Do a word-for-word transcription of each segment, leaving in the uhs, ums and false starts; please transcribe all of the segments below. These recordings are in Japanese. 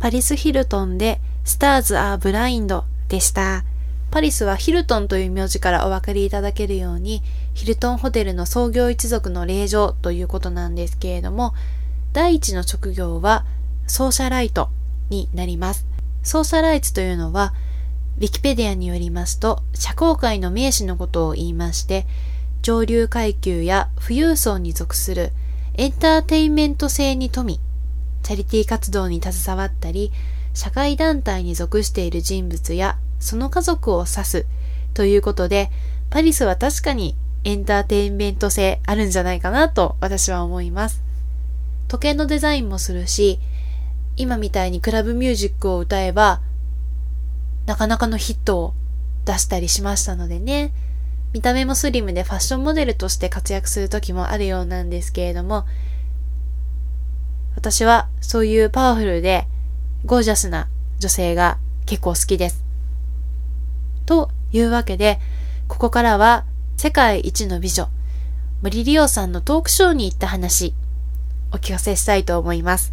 パリス・ヒルトンでスターズ・アー・ブラインドでした。パリスはヒルトンという名字からお分かりいただけるように、ヒルトンホテルの創業一族の令嬢ということなんですけれども、第一の職業はソーシャライトになります。ソーシャライツというのは、ウィキペディアによりますと、社交界の名士のことを言いまして、上流階級や富裕層に属するエンターテインメント性に富み、チャリティー活動に携わったり、社会団体に属している人物やその家族を指すということで、パリスは確かにエンターテインメント性あるんじゃないかなと私は思います。時計のデザインもするし、今みたいにクラブミュージックを歌えばなかなかのヒットを出したりしましたのでね。見た目もスリムでファッションモデルとして活躍する時もあるようなんですけれども、私はそういうパワフルでゴージャスな女性が結構好きです。というわけで、ここからは世界一の美女、森里央さんのトークショーに行った話、お聞かせしたいと思います。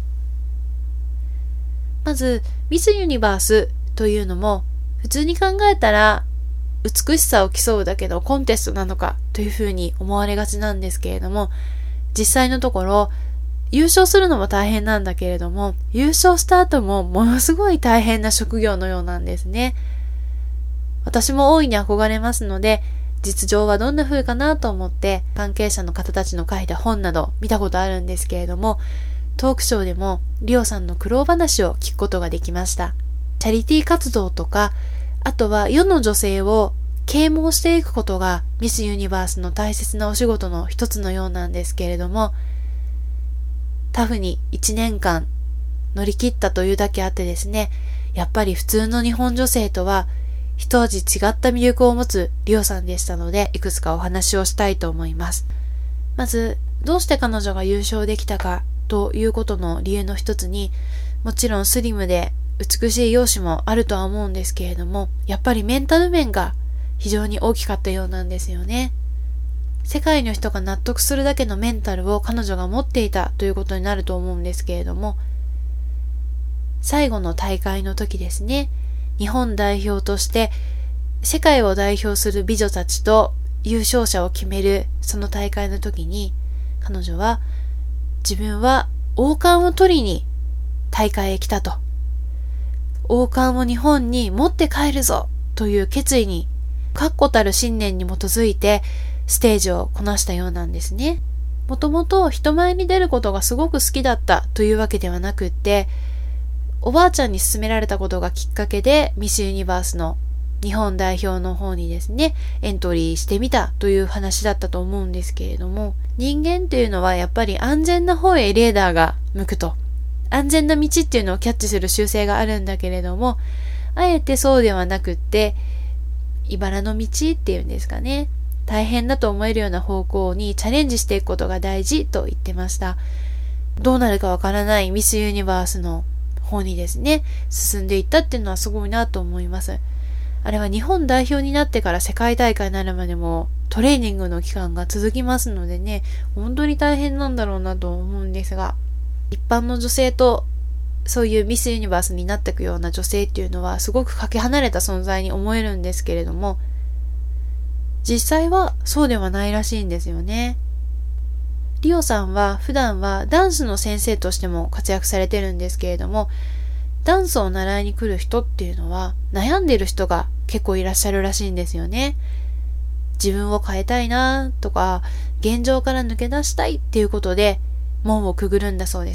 まず、ミスユニバースというのも、普通に考えたら、美しさを競うだけのコンテストなのかというふうに思われがちなんですけれども、実際のところ、優勝するのも大変なんだけれども、優勝した後もものすごい大変な職業のようなんですね。私も大いに憧れますので、実情はどんな風かなと思って関係者の方たちの書いた本など見たことあるんですけれども、トークショーでもリオさんの苦労話を聞くことができました。チャリティー活動とか、あとは世の女性を啓蒙していくことがミスユニバースの大切なお仕事の一つのようなんですけれども、タフにいちねんかん乗り切ったというだけあってですね、やっぱり普通の日本女性とは一味違った魅力を持つリオさんでしたので、いくつかお話をしたいと思います。まず、どうして彼女が優勝できたかということの理由の一つに、もちろんスリムで美しい容姿もあるとは思うんですけれども、やっぱりメンタル面が非常に大きかったようなんですよね。世界の人が納得するだけのメンタルを彼女が持っていたということになると思うんですけれども、最後の大会の時ですね、日本代表として世界を代表する美女たちと優勝者を決めるその大会の時に、彼女は自分は王冠を取りに大会へ来たと。王冠を日本に持って帰るぞという決意に、確固たる信念に基づいてステージをこなしたようなんですね。もともと人前に出ることがすごく好きだったというわけではなくって、おばあちゃんに勧められたことがきっかけでミスユニバースの日本代表の方にですね、エントリーしてみたという話だったと思うんですけれども、人間っていうのはやっぱり安全な方へレーダーが向くと。安全な道っていうのをキャッチする習性があるんだけれども、あえてそうではなくって、茨の道っていうんですかね。大変だと思えるような方向にチャレンジしていくことが大事と言ってました。どうなるかわからないミスユニバースの方にですね、進んでいったっていうのはすごいなと思います。あれは日本代表になってから世界大会になるまでもトレーニングの期間が続きますのでね、本当に大変なんだろうなと思うんですが、一般の女性とそういうミスユニバースになっていくような女性っていうのはすごくかけ離れた存在に思えるんですけれども、実際はそうではないらしいんですよね。リオさんは普段はダンスの先生としても活躍されてるんですけれども、ダンスを習いに来る人っていうのは悩んでる人が結構いらっしゃるらしいんですよね。自分を変えたいなとか、現状から抜け出したいっていうことで門をくぐるんだそうです。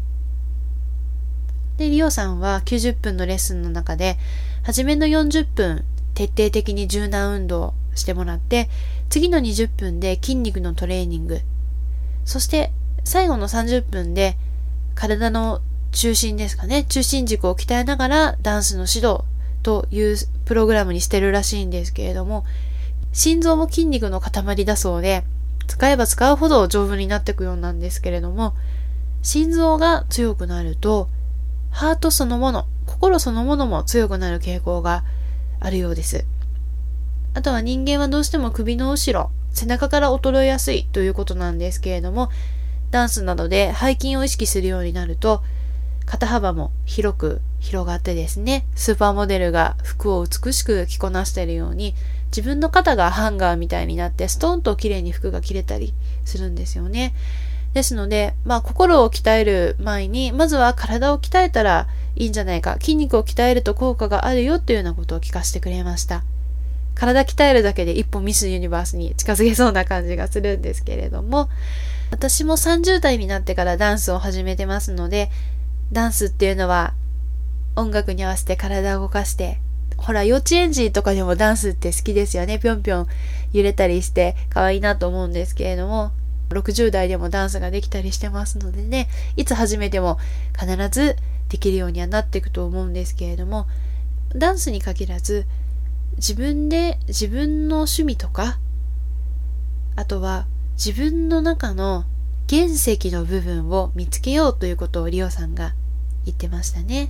で、リオさんはきゅうじゅっぷんのレッスンの中で、初めのよんじゅっぷん徹底的に柔軟運動をしてもらって、次のにじゅっぷんで筋肉のトレーニング、そして最後のさんじゅっぷんで体の中心ですかね、中心軸を鍛えながらダンスの指導というプログラムにしてるらしいんですけれども、心臓も筋肉の塊だそうで、使えば使うほど丈夫になっていくようなんですけれども、心臓が強くなるとハートそのもの、心そのものも強くなる傾向があるようです。あとは人間はどうしても首の後ろ、背中から衰えやすいということなんですけれども、ダンスなどで背筋を意識するようになると、 肩幅も広く広がってですね、スーパーモデルが服を美しく着こなしているように、自分の肩がハンガーみたいになってストーンと綺麗に服が着れたりするんですよね。ですので、まあ心を鍛える前に、まずは体を鍛えたらいいんじゃないか、筋肉を鍛えると効果があるよというようなことを聞かせてくれました。体鍛えるだけで一歩ミスユニバースに近づけそうな感じがするんですけれども、私もさんじゅう代になってからダンスを始めてますので、ダンスっていうのは音楽に合わせて体を動かして、ほら幼稚園児とかでもダンスって好きですよね。ぴょんぴょん揺れたりして可愛いなと思うんですけれども、ろくじゅう代でもダンスができたりしてますのでね、いつ始めても必ずできるようにはなっていくと思うんですけれども、ダンスに限らず自分で自分の趣味とか、あとは自分の中の原石の部分を見つけようということをリオさんが言ってましたね。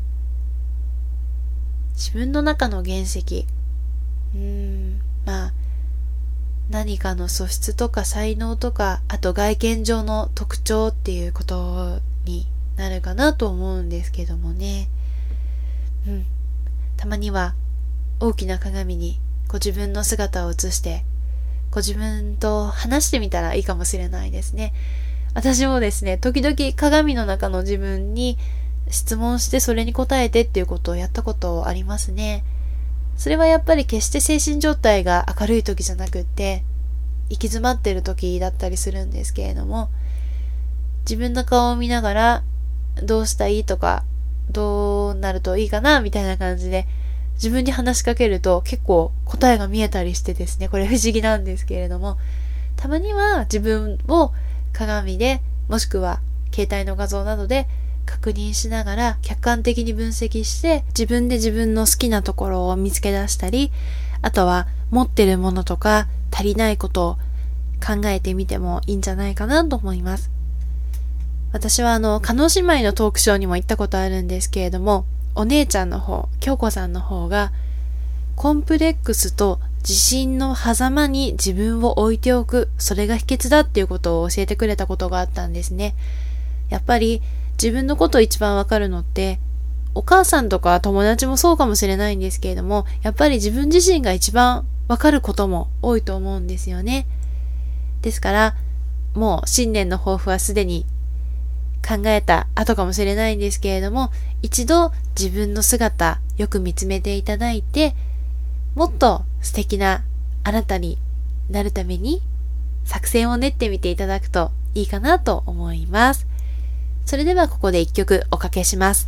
自分の中の原石、うーん、まあ何かの素質とか才能とか、あと外見上の特徴っていうことになるかなと思うんですけどもね。うん、たまには大きな鏡にご自分の姿を映してご自分と話してみたらいいかもしれないですね。私もですね、時々鏡の中の自分に質問してそれに答えてっていうことをやったことありますね。それはやっぱり決して精神状態が明るい時じゃなくって、行き詰まってる時だったりするんですけれども、自分の顔を見ながらどうしたいとか、どうなるといいかなみたいな感じで自分に話しかけると結構答えが見えたりしてですね、これ不思議なんですけれども、たまには自分を鏡でもしくは携帯の画像などで確認しながら客観的に分析して、自分で自分の好きなところを見つけ出したり、あとは持ってるものとか足りないことを考えてみてもいいんじゃないかなと思います。私はあの叶姉妹のトークショーにも行ったことあるんですけれども、お姉ちゃんの方、京子さんの方がコンプレックスと自信の狭間に自分を置いておく、それが秘訣だっていうことを教えてくれたことがあったんですね。やっぱり自分のことを一番わかるのってお母さんとか友達もそうかもしれないんですけれども、やっぱり自分自身が一番わかることも多いと思うんですよね。ですからもう新年の抱負はすでに考えた後かもしれないんですけれども、一度自分の姿よく見つめていただいて、もっと素敵なあなたになるために作戦を練ってみていただくといいかなと思います。それではここで一曲おかけします。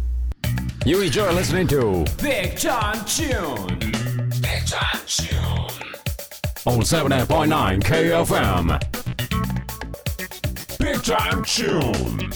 You enjoy listening to Big Time Tune Big Time Tune on seventy-eight point nine K F M Big Time Tune。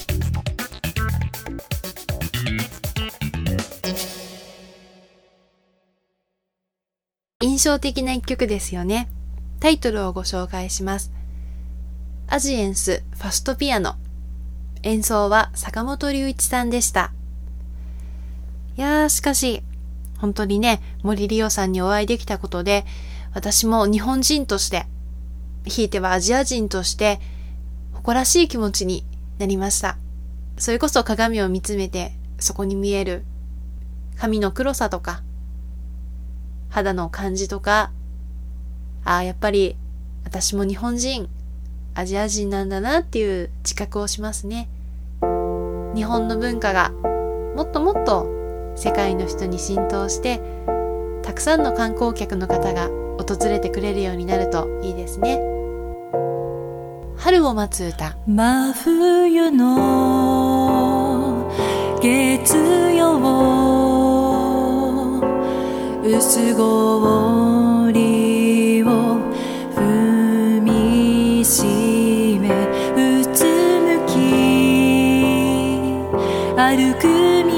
印象的な一曲ですよね。タイトルをご紹介します。アジエンスファストピアノ。演奏は坂本龍一さんでした。いやー、しかし本当にね、森リオさんにお会いできたことで、私も日本人として、ひいてはアジア人として誇らしい気持ちになりました。それこそ鏡を見つめて、そこに見える髪の黒さとか肌の感じとか、ああやっぱり私も日本人、アジア人なんだなっていう自覚をしますね。日本の文化がもっともっと世界の人に浸透して、たくさんの観光客の方が訪れてくれるようになるといいですね。春を待つ歌。 真冬の月曜、薄氷を踏みしめ、うつむき歩く道、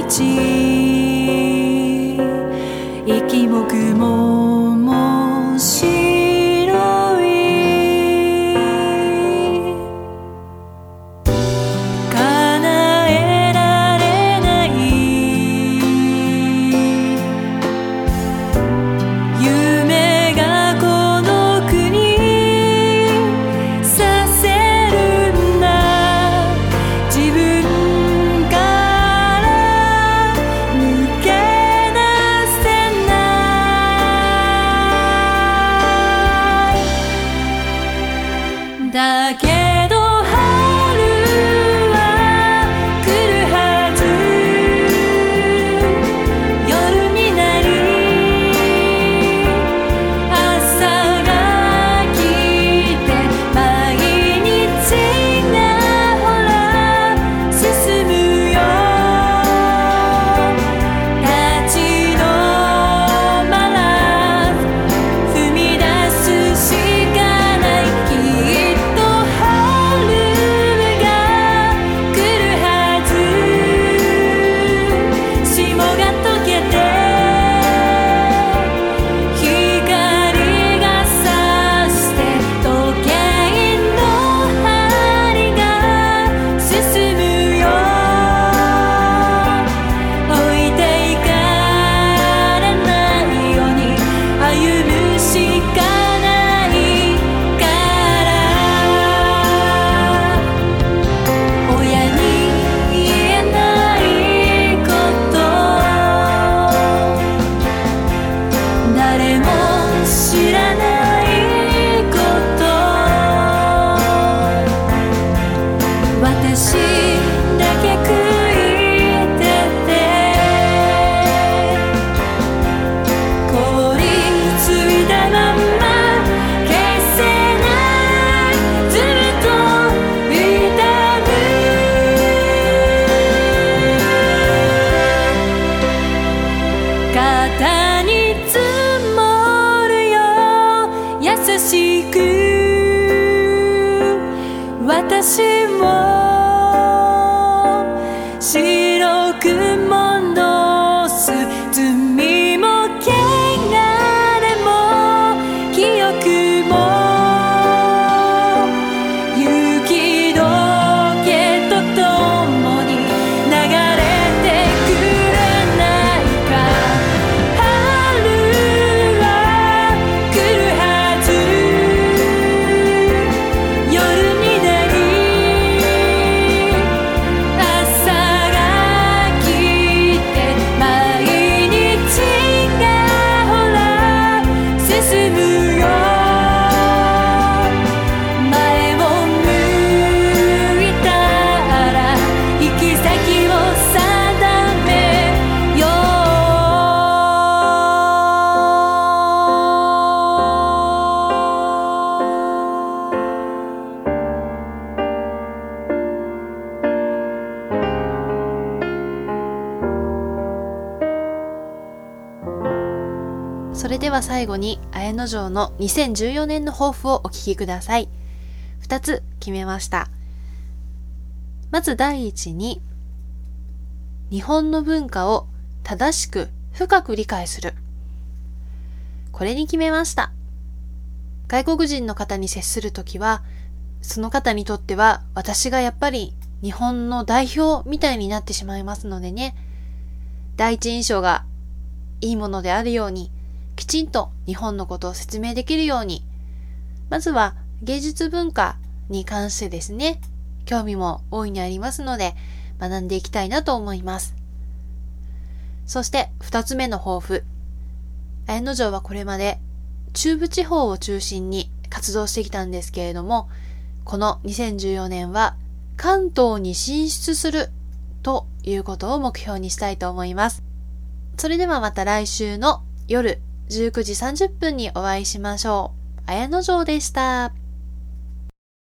息も雲も白い、叶えられない夢がこの国させるんだ。自分が肩に積もるよ優しく私を白く戻す罪も汚れも記憶も雪解けとともに流れてくれないか春は来るはず夜になり朝が来て毎日がほら進むよ前を向いたら行き先を定めよそれでは最後に綾野城のにせんじゅうよねんの抱負をお聞きください。ふたつ決めました。まず第一に、日本の文化を正しく深く理解する。これに決めました。外国人の方に接するときは、その方にとっては私がやっぱり日本の代表みたいになってしまいますのでね、第一印象がいいものであるように、きちんと日本のことを説明できるように、まずは芸術文化に関してですね、興味も大いにありますので、学んでいきたいなと思います。そして二つ目の抱負。綾野城はこれまで中部地方を中心に活動してきたんですけれども、このにせんじゅうよねんは関東に進出するということを目標にしたいと思います。それではまた来週の夜じゅうくじさんじゅっぷんにお会いしましょう。綾野城でした。